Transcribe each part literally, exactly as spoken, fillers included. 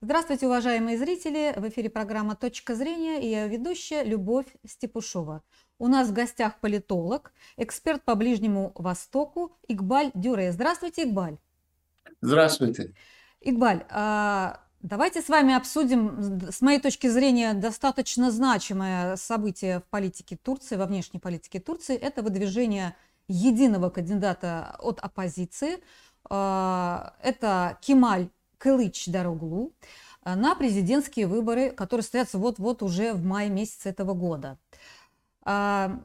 Здравствуйте, уважаемые зрители! В эфире программа «Точка зрения» и я ведущая Любовь Степушова. У нас в гостях политолог, эксперт по Ближнему Востоку Игбаль Дюре. Здравствуйте, Игбаль! Здравствуйте! Игбаль, а, давайте с вами обсудим, с моей точки зрения, достаточно значимое событие в политике Турции, во внешней политике Турции. Это выдвижение единого кандидата от оппозиции. А, Это Кемаль Кылычдароглу на президентские выборы, которые состоятся вот-вот уже в мае месяце этого года. А,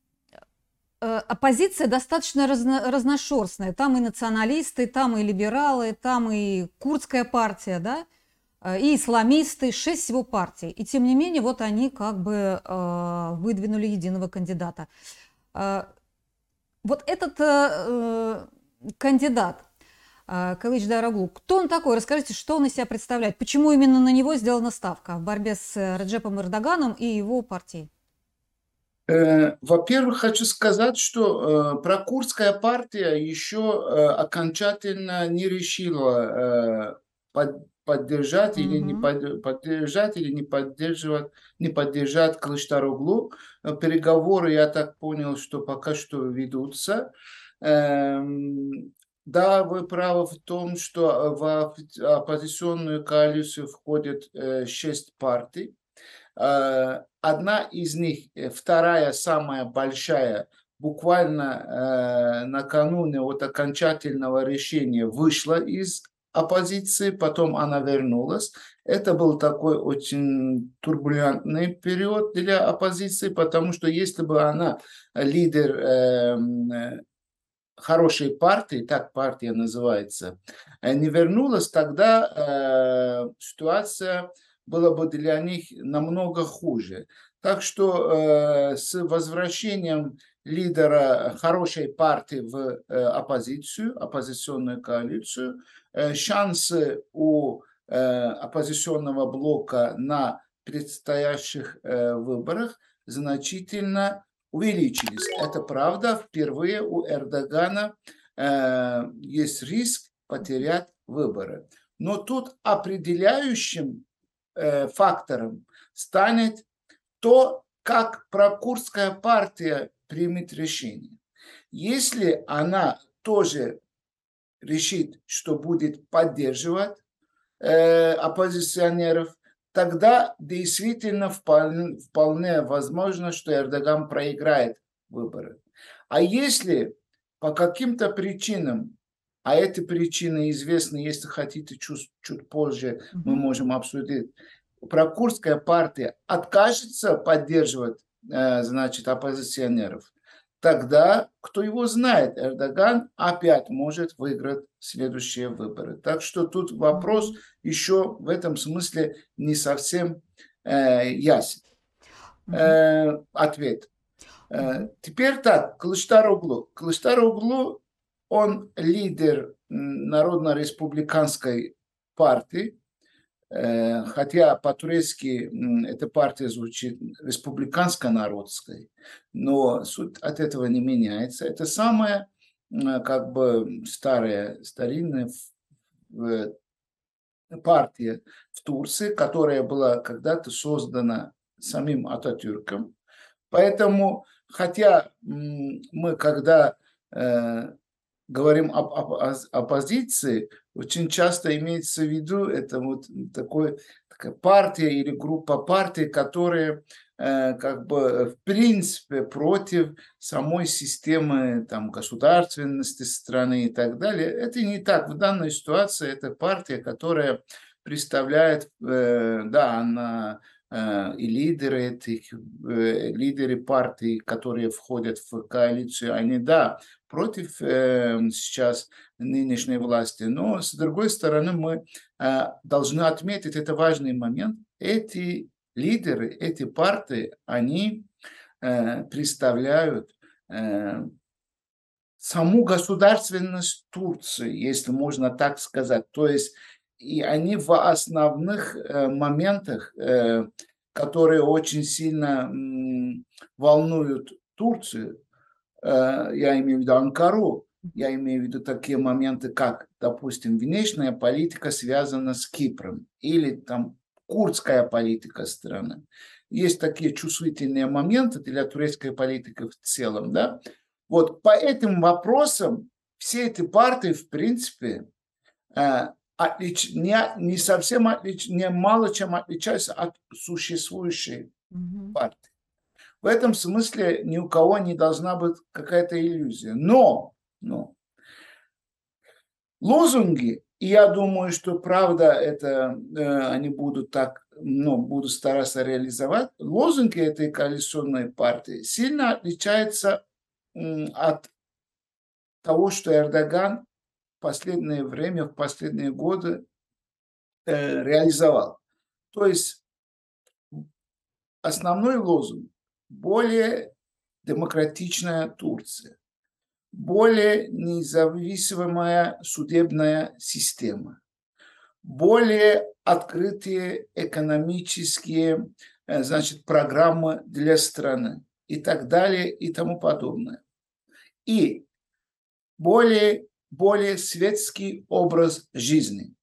э, Оппозиция достаточно разно, разношерстная. Там и националисты, там и либералы, там и курдская партия, да, э, и исламисты, шесть всего партий. И тем не менее, вот они как бы э, выдвинули единого кандидата. Э, вот этот э, кандидат, Кылычдароглу, кто он такой? Расскажите, что он из себя представляет? Почему именно на него сделана ставка в борьбе с Реджепом Эрдоганом и его партией? Э, Во-первых, хочу сказать, что э, прокурдская партия еще э, окончательно не решила э, под- поддержать или не Мгм. под- поддержать или не поддерживать, не поддержать Кылычдароглу. Э, Переговоры, я так понял, что пока что ведутся. Эм, Да, вы правы в том, что в оппози- оппозиционную коалицию входят э, шесть партий. Э, Одна из них, э, вторая, самая большая, буквально э, накануне от окончательного решения вышла из оппозиции, потом она вернулась. Это был такой очень турбулентный период для оппозиции, потому что если бы она лидер эм, э, хорошей партии, так партия называется, э, не вернулась, тогда э, ситуация была бы для них намного хуже. Так что э, с возвращением лидера хорошей партии в э, оппозицию, оппозиционную коалицию, э, шансы у э, оппозиционного блока на предстоящих э, выборах значительно увеличились. Это правда, впервые у Эрдогана э, есть риск потерять выборы. Но тут определяющим э, фактором станет то, как прокурдская партия примет решение. Если она тоже решит, что будет поддерживать э, оппозиционеров, тогда действительно вполне, вполне возможно, что Эрдоган проиграет выборы. А если по каким-то причинам, а эти причины известны, если хотите, чуть, чуть позже мы Мгм. можем обсудить, прокурдская партия откажется поддерживать, э, значит, оппозиционеров, тогда, кто его знает, Эрдоган опять может выиграть следующие выборы. Так что тут вопрос Мгм. еще в этом смысле не совсем э, ясен. Мгм. Э, ответ. Э, Мгм. теперь так, Кылычдароглу. Кылычдароглу, он лидер Народно-республиканской партии, Э, хотя по-турецки эта партия звучит республиканско-народской, но суть от этого не меняется. Это самая как бы старая, старинная э, партия в Турции, которая была когда-то создана самим Ататюрком. Поэтому, хотя мы, когда э, говорим об, об оз- оппозиции, очень часто имеется в виду это вот такой, такая партия или группа партий, которые э, как бы в принципе против самой системы там, государственности страны и так далее. Это не так. В данной ситуации это партия, которая представляет, э, да, она э, и лидеры этих, э, лидеры партий, которые входят в коалицию, они, да, против э, сейчас нынешней власти. Но, с другой стороны, мы э, должны отметить, это важный момент, эти лидеры, эти партии, они э, представляют э, саму государственность Турции, если можно так сказать. То есть и они в основных э, моментах, э, которые очень сильно м, волнуют Турцию, э, я имею в виду Анкару, Я имею в виду такие моменты, как, допустим, внешняя политика связана с Кипром или там курдская политика страны. Есть такие чувствительные моменты для турецкой политики в целом, да. Вот по этим вопросам все эти партии, в принципе, э, отлич... не, не совсем отлич... не мало чем отличаются от существующей Мгм. партии. В этом смысле ни у кого не должна быть какая-то иллюзия. Но, но лозунги, и я думаю, что правда это э, они будут так, ну, будут стараться реализовать, лозунги этой коалиционной партии сильно отличаются м, от того, что Эрдоган в последнее время, в последние годы э, реализовал. То есть основной лозунг – более демократичная Турция, более независимая судебная система, более открытые экономические, э, значит, программы для страны и так далее и тому подобное. И более, более светский образ жизни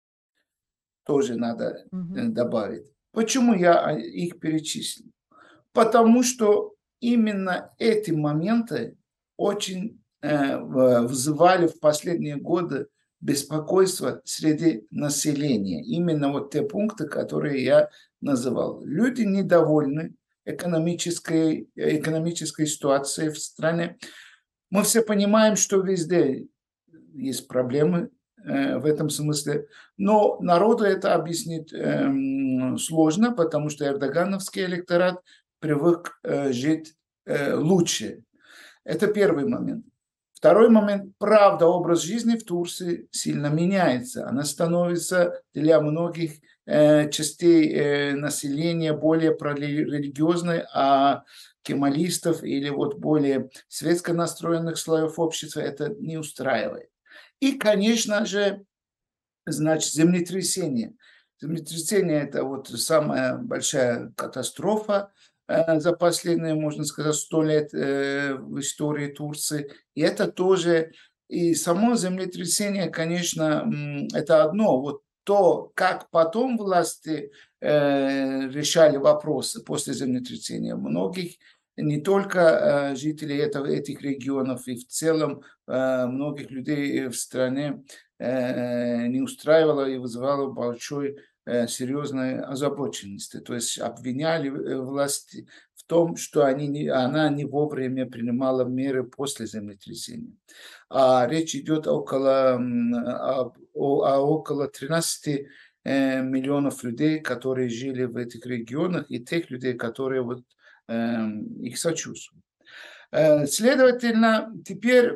тоже надо э, Мгм. добавить. Почему я а, их перечислил? Потому что именно эти моменты очень э, в- вызывали в последние годы беспокойство среди населения. Именно вот те пункты, которые я называл. Люди недовольны экономической, экономической ситуацией в стране. Мы все понимаем, что везде есть проблемы э, в этом смысле, но народу это объяснить эм, сложно, потому что эрдогановский электорат привык э, жить э, лучше. Это первый момент. Второй момент. Правда, образ жизни в Турции сильно меняется. Она становится для многих э, частей э, населения более прорелигиозной, а кемалистов или вот более светско настроенных слоев общества это не устраивает. И, конечно же, значит, землетрясение. Землетрясение – это вот самая большая катастрофа э, за последние, можно сказать, сто лет э, в истории Турции. И это тоже, и само землетрясение, конечно, м, это одно. Вот то, как потом власти э, решали вопросы после землетрясения многих, не только э, жителей этого, этих регионов, и в целом э, многих людей в стране э, не устраивало и вызывало большой э, серьезной озабоченности. То есть обвиняли э, власти в том, что они не, она не вовремя принимала меры после землетрясения. А речь идет около, м, о, о- о около тринадцати э, миллионов людей, которые жили в этих регионах, и тех людей, которые вот, эм, их сочувствуют. Э, Следовательно, теперь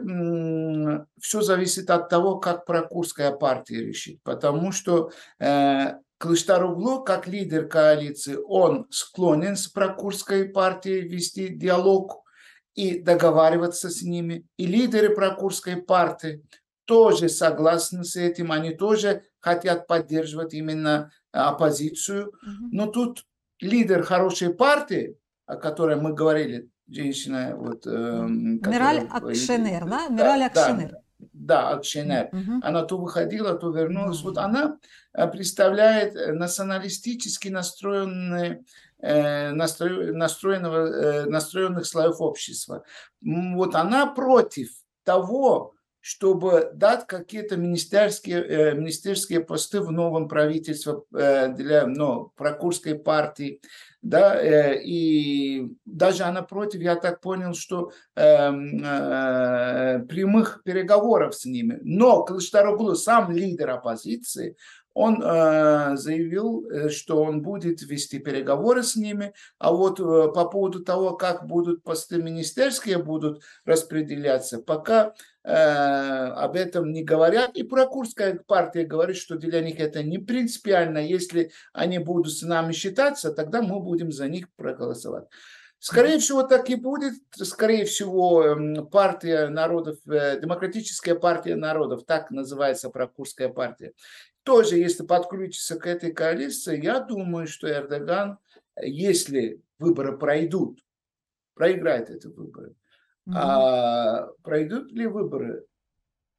все зависит от того, как прокурская партия решит, потому что э, Кылычдароглу, как лидер коалиции, он склонен с прокурской партией вести диалог и договариваться с ними. И лидеры прокурской партии тоже согласны с этим, они тоже хотят поддерживать именно оппозицию. Мгм. Но тут лидер хорошей партии, о которой мы говорили, женщина, вот, Мгм. эм, Мираль которая, э, Акшенер, да? Мираль да, да, Акшенер. да, М, акционер, мгм. она то выходила, то вернулась. Вот Да. она э, представляет э, националистически настроенные, э, настро- настроенного, э, настроенных слоев общества. М, Вот она против того, чтобы дать какие-то министерские, э, министерские посты в новом правительстве э, для ну, прокурской партии, да, э, и даже она против, я так понял, что эм, э, прямых переговоров с ними. Но Кылычдароглу, сам лидер оппозиции, он э, заявил, э, что он будет вести переговоры с ними, а вот э, по поводу того, как будут посты министерские будут распределяться, пока э, об этом не говорят. И прокурская партия говорит, что для них это не принципиально. Если они будут с нами считаться, тогда мы будем за них проголосовать. Мгм. Скорее всего, так и будет. Скорее всего, эм, партия народов, э, Демократическая партия народов, так называется прокурская партия, тоже, если подключиться к этой коалиции, я думаю, что Эрдоган, э, если выборы пройдут, проиграет эти выборы. Мгм. А пройдут ли выборы?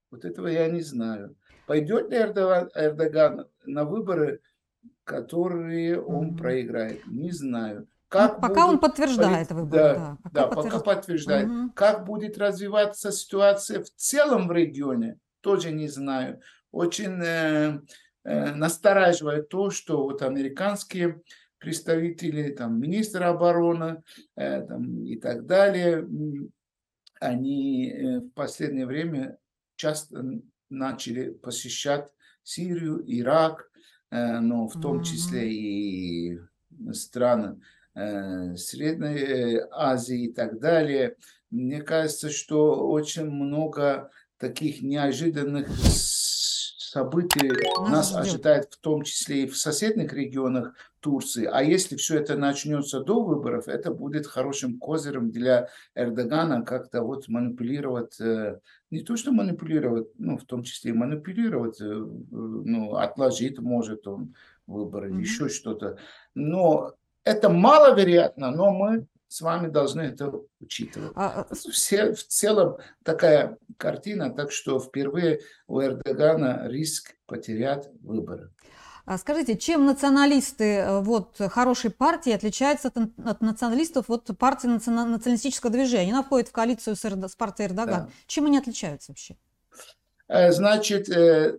Вот этого я не знаю. Пойдет ли Эрдоган, Эрдоган на выборы, которые он Мгм. проиграет? Не знаю. Ну, Как пока он будут подтверждает полит- выборы, да, да, пока да, пока подтверждает. подтверждает. Мгм. Как будет развиваться ситуация в целом в регионе, тоже не знаю. Очень э, э, настораживает то, что вот американские представители, там, министр обороны э, там, и так далее, м, они э, в последнее время часто н- начали посещать Сирию, Ирак, э, но в том Мгм. числе и страны э, Средней э, Азии и так далее. Мне кажется, что очень много таких неожиданных с- событий Нас нас ждет. ожидает, в том числе и в соседних регионах Турции. А если все это начнется до выборов, это будет хорошим козырем для Эрдогана как-то вот манипулировать, э, не то что манипулировать, ну, в том числе и манипулировать, э, э, ну, отложить может он выборы, Мгм. еще что-то. Но это маловероятно, но мы с вами должны это учитывать. А, а, с- Все, в целом такая картина, так что впервые у Эрдогана риск потерять выборы. а скажите, чем националисты э, вот хорошей партии отличаются от, н- от националистов вот партии национа- националистического движения? Она входит в коалицию с, Эрдо- с партией Эрдоган. Да. Чем они отличаются вообще? Э, Значит, э,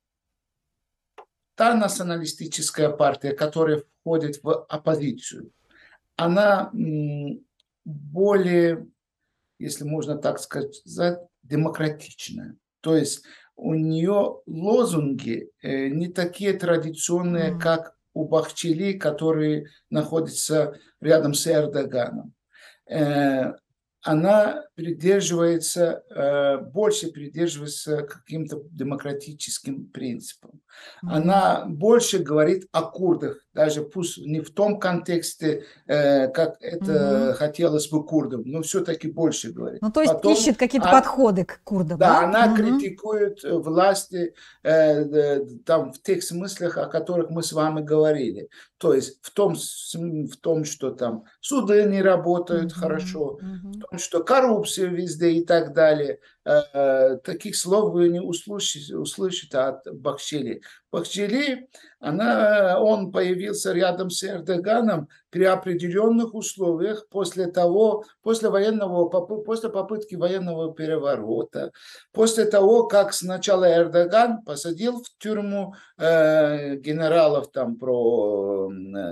та националистическая партия, которая входит в оппозицию, она м, более, если можно так сказать, демократичная. То есть у нее лозунги э, не такие традиционные, М. как у Бахчели, который находится рядом с Эрдоганом. Э, она придерживается, э, больше придерживается каким-то демократическим принципам. Мгм. Она больше говорит о курдах, даже пусть не в том контексте, э, как это Мгм. хотелось бы курдам, но все-таки больше говорит. Ну, то есть Потом ищет какие-то а, подходы к курдам, да, да? она Мгм. критикует э, власти э, э, там в тех смыслах, о которых мы с вами говорили. То есть в том, с- в том, что там суды не работают Мгм. хорошо, в Мгм. том, что коррупция везде и так далее. Э, э, Таких слов вы не услышите, услышите от Бахчели. Бахчели, она, он появился рядом с Эрдоганом при определенных условиях после того, после военного, попы- после попытки военного переворота, после того, как сначала Эрдоган посадил в тюрьму э, генералов там про,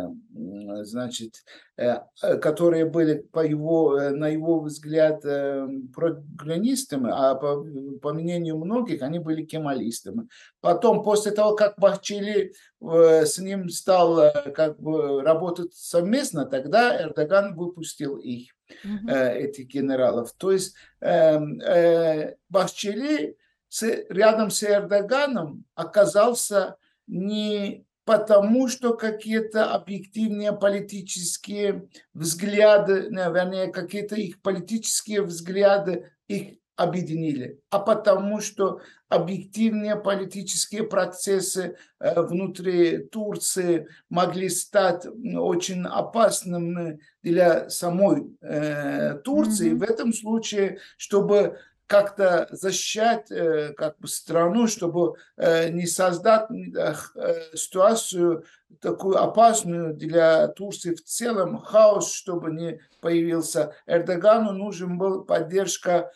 э, значит, э, которые были по его, э, на его взгляд э, программистами, а по, по мнению многих они были кемалистами. Потом, после того, как Бахчели э, с ним стал э, как бы работать совместно, тогда Эрдоган выпустил их Мгм. э, этих генералов. То есть э, э, Бахчели с, рядом с Эрдоганом оказался не потому, что какие-то объективные политические взгляды, не, вернее, какие-то их политические взгляды их объединили, а потому что объективные политические процессы э, внутри Турции могли стать очень опасными для самой э, Турции. В Мгм. этом случае, чтобы как-то защищать э, как бы страну, чтобы э, не создать э, ситуацию такую опасную для Турции в целом, хаос, чтобы не появился. Эрдогану нужен был поддержка,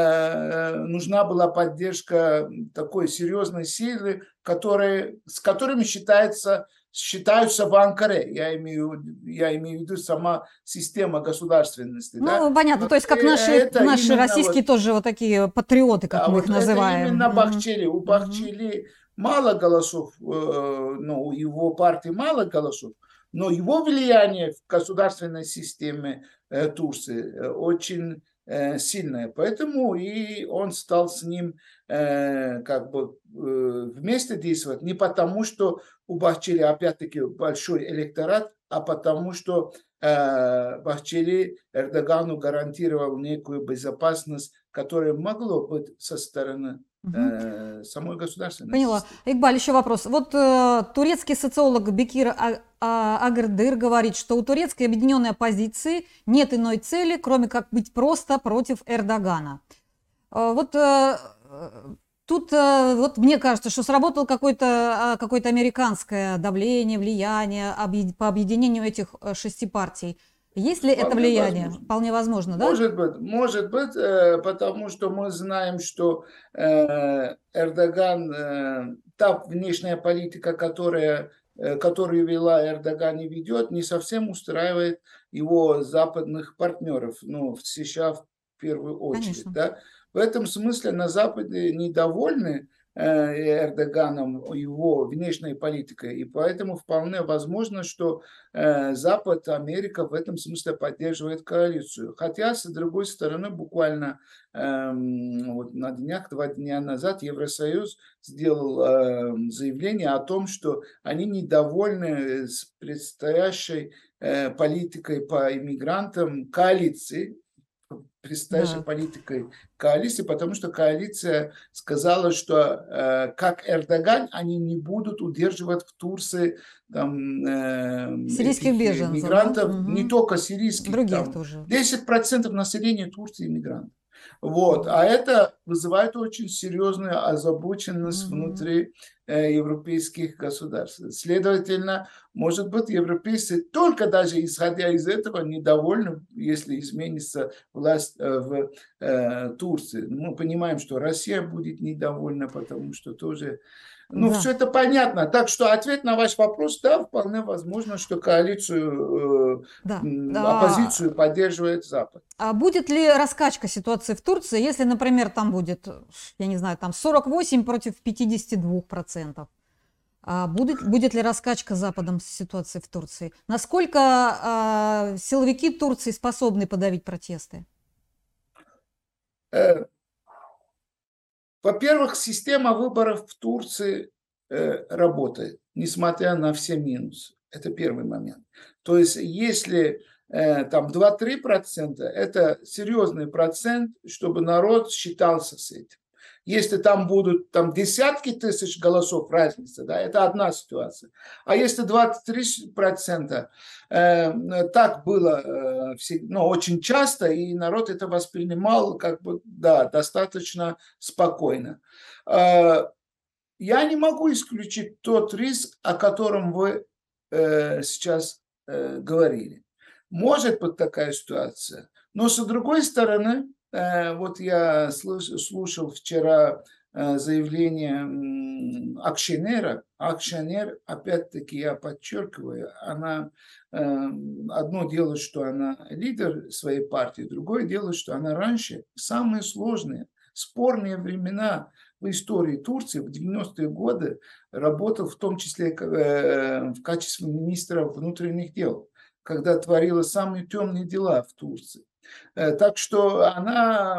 э, нужна была поддержка такой серьезной силы, которые, с которыми считается считаются в Анкаре. Я имею, я имею в виду сама система государственности. Да? Ну, понятно, то есть как наши, Это наши именно российские вот, тоже вот такие патриоты, как да, мы их вот это называем. именно Мгм. Бахчели. У Мгм. Бахчели мало голосов, э, ну, у его партии мало голосов, но его влияние в государственной системе э, Турции э, очень э, сильное. Поэтому и он стал с ним э, как бы э, вместе действовать. Не потому, что у Бахчели опять-таки большой электорат, а потому что э, Бахчели Эрдогану гарантировал некую безопасность, которое могло быть со стороны Мгм. э, самой государственной Поняла. системы. Игбаль, еще вопрос. Вот э, турецкий социолог Бекир А- А- Агырдыр говорит, что у турецкой объединенной оппозиции нет иной цели, кроме как быть просто против Эрдогана. Э, вот э, э, тут э, вот мне кажется, что сработало какое-то а, какое-то американское давление, влияние объед- по объединению этих э, шести партий. Есть ли это Вполне влияние? возможно. Вполне возможно, да? Может быть, может быть, э, потому что мы знаем, что э, Эрдоган, э, та внешняя политика, которая, э, которую вела Эрдоган и ведет, не совсем устраивает его западных партнеров, ну, в США в первую очередь, Конечно. да. В этом смысле на Западе недовольны э, Эрдоганом, его внешней политикой, и поэтому вполне возможно, что э, Запад, Америка в этом смысле поддерживает коалицию. Хотя, с другой стороны, буквально эм, вот на днях, два дня назад Евросоюз сделал э, заявление о том, что они недовольны с предстоящей э, политикой по иммигрантам коалиции, предстоящей Да. политикой коалиции, потому что коалиция сказала, что э, как Эрдоган, они не будут удерживать в Турции там, э, Сирийских этих э, беженцев, да? мигрантов, не Мгм. только сирийских, Других там тоже. десять процентов населения Турции мигранты. Вот. Мгм. А это вызывает очень серьезную озабоченность Мгм. внутри э, европейских государств. Следовательно, может быть, европейцы только даже исходя из этого недовольны, если изменится власть э, в э, Турции. Мы понимаем, что Россия будет недовольна, потому что тоже... Ну, Да, все это понятно. Так что ответ на ваш вопрос, да, вполне возможно, что коалицию, э, да. м, А, оппозицию поддерживает Запад. а будет ли раскачка ситуации в Турции, если, например, там будет, я не знаю, там сорок восемь против пятидесяти двух процентов? А будет, будет ли раскачка Западом ситуации в Турции? Насколько а, силовики Турции способны подавить протесты? Э, Во-первых, система выборов в Турции э, работает, несмотря на все минусы. Это первый момент. То есть, если э, там два-три процента, это серьезный процент, чтобы народ считался с этим. Если там будут там, десятки тысяч голосов разница, да, это одна ситуация. А если двадцать-три процента, э, так было э, ну, очень часто, и народ это воспринимал как бы, да, достаточно спокойно. Э, Я не могу исключить тот риск, о котором вы э, сейчас э, говорили. Может быть такая ситуация. Но с другой стороны, э, вот я слыш- слушал вчера э, заявление м, Акшенера. Акшенер, опять-таки я подчеркиваю, она э, одно дело, что она лидер своей партии, другое дело, что она раньше самые сложные, спорные времена в истории Турции в девяностые годы работал в том числе э, в качестве министра внутренних дел, когда творила самые темные дела в Турции. Э, Так что она,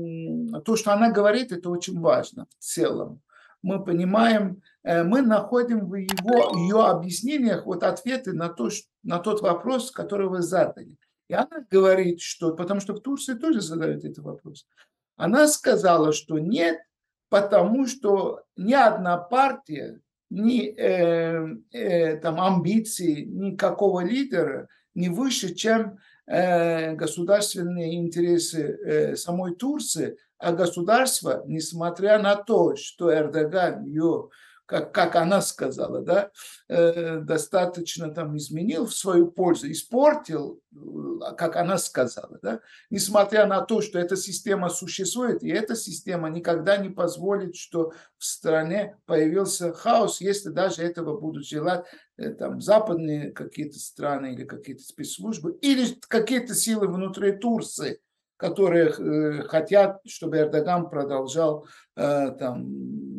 м, то, что она говорит, это очень важно в целом. Мы понимаем, э, мы находим в его, ее объяснениях вот ответы на, то, ш- на тот вопрос, который вы задали. И она говорит, что, потому что в Турции тоже задают этот вопрос, она сказала, что нет, потому что ни одна партия, ни э, э, там, амбиции никакого лидера не выше, чем э, государственные интересы э, самой Турции, а государство, несмотря на то, что Эрдоган ее, как, как она сказала, да, э, достаточно там изменил в свою пользу, испортил, э, как она сказала, да, несмотря на то, что эта система существует, и эта система никогда не позволит, что в стране появился хаос, если даже этого будут желать э, там, западные какие-то страны или какие-то спецслужбы, или какие-то силы внутри Турции, которые э, хотят, чтобы Эрдоган продолжал э, там,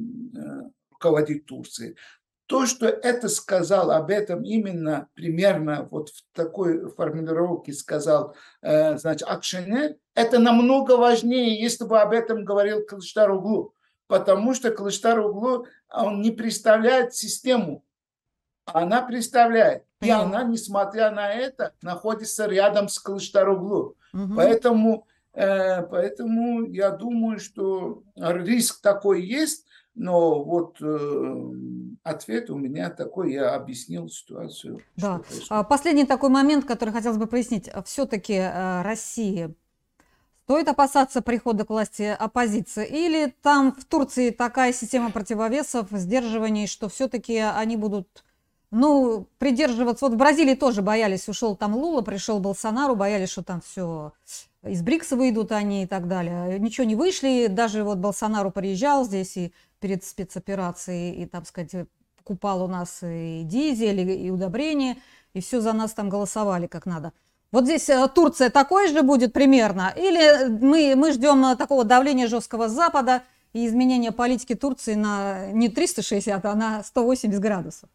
э, руководить Турцией. То, что это сказал об этом именно примерно вот в такой формулировке сказал, э, значит, Акшенер, это намного важнее, если бы об этом говорил Кылычдароглу, потому что Кылычдароглу, он не представляет систему, а она представляет. И она, Поняла. несмотря на это, находится рядом с Кылычдароглу. Мгм. Поэтому, э, поэтому я думаю, что риск такой есть, но вот э, ответ у меня такой, я объяснил ситуацию, что Да. А, происходит. Последний такой момент, который хотелось бы прояснить. Все-таки Россия Стоит опасаться прихода к власти оппозиции? Или там в Турции такая система противовесов, сдерживаний, что все-таки они будут, ну, придерживаться? Вот в Бразилии тоже боялись, ушел там Лула, пришел Болсонару, боялись, что там все из БРИКСа выйдут они и так далее. Ничего не вышли, даже вот Болсонару приезжал здесь и перед спецоперацией, и, там сказать, покупал у нас и дизель, и удобрения, и все за нас там голосовали как надо. Вот здесь Турция такой же будет примерно? Или мы, мы ждем такого давления жесткого Запада и изменения политики Турции на не триста шестьдесят, а на сто восемьдесят градусов?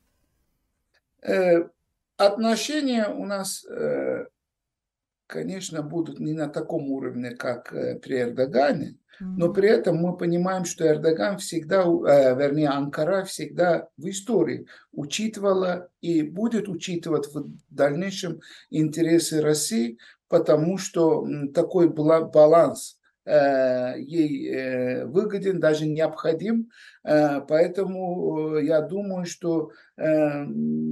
Э, отношения у нас, э, конечно, будут не на таком уровне, как э, при Эрдогане, но при этом мы понимаем, что Эрдоган всегда, э, вернее, Анкара всегда в истории учитывала и будет учитывать в дальнейшем интересы России, потому что такой баланс э, ей э, выгоден, даже необходим. Э, поэтому я думаю, что э,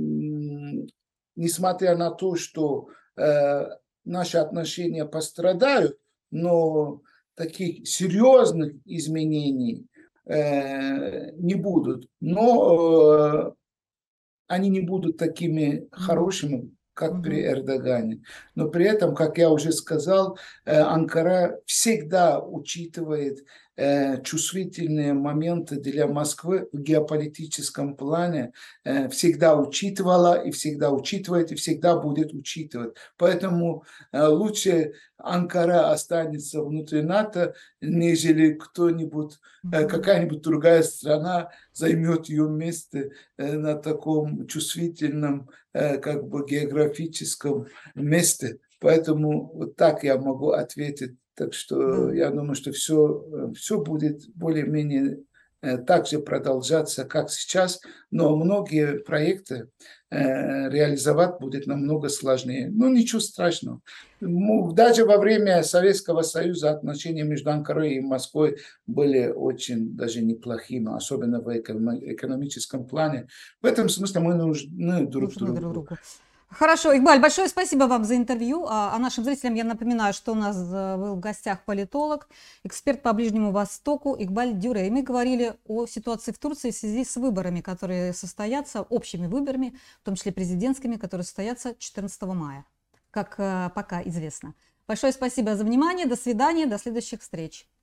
несмотря на то, что э, наши отношения пострадают, но таких серьезных изменений э, не будут. Но э, они не будут такими хорошими, как при Эрдогане. Но при этом, как я уже сказал, э, Анкара всегда учитывает э, чувствительные моменты для Москвы в геополитическом плане, э, всегда учитывала и всегда учитывает и всегда будет учитывать. Поэтому э, лучше Анкара останется внутри НАТО, нежели кто-нибудь, э, какая-нибудь другая страна займет ее место э, на таком чувствительном, э, как бы географическом месте. Поэтому вот так я могу ответить. Так что Да. я думаю, что все, все будет более-менее так же продолжаться, как сейчас, но многие проекты э, реализовать будет намного сложнее. Ну, ничего страшного. Даже во время Советского Союза отношения между Анкарой и Москвой были очень даже неплохими, особенно в экономическом плане. В этом смысле мы нужны друг Нужны друг другу. другу. Хорошо, Игбаль, большое спасибо вам за интервью. А, а нашим зрителям я напоминаю, что у нас был в гостях политолог, эксперт по Ближнему Востоку Игбаль Дюре. И мы говорили о ситуации в Турции в связи с выборами, которые состоятся, общими выборами, в том числе президентскими, которые состоятся четырнадцатого мая, как пока известно. Большое спасибо за внимание, до свидания, до следующих встреч.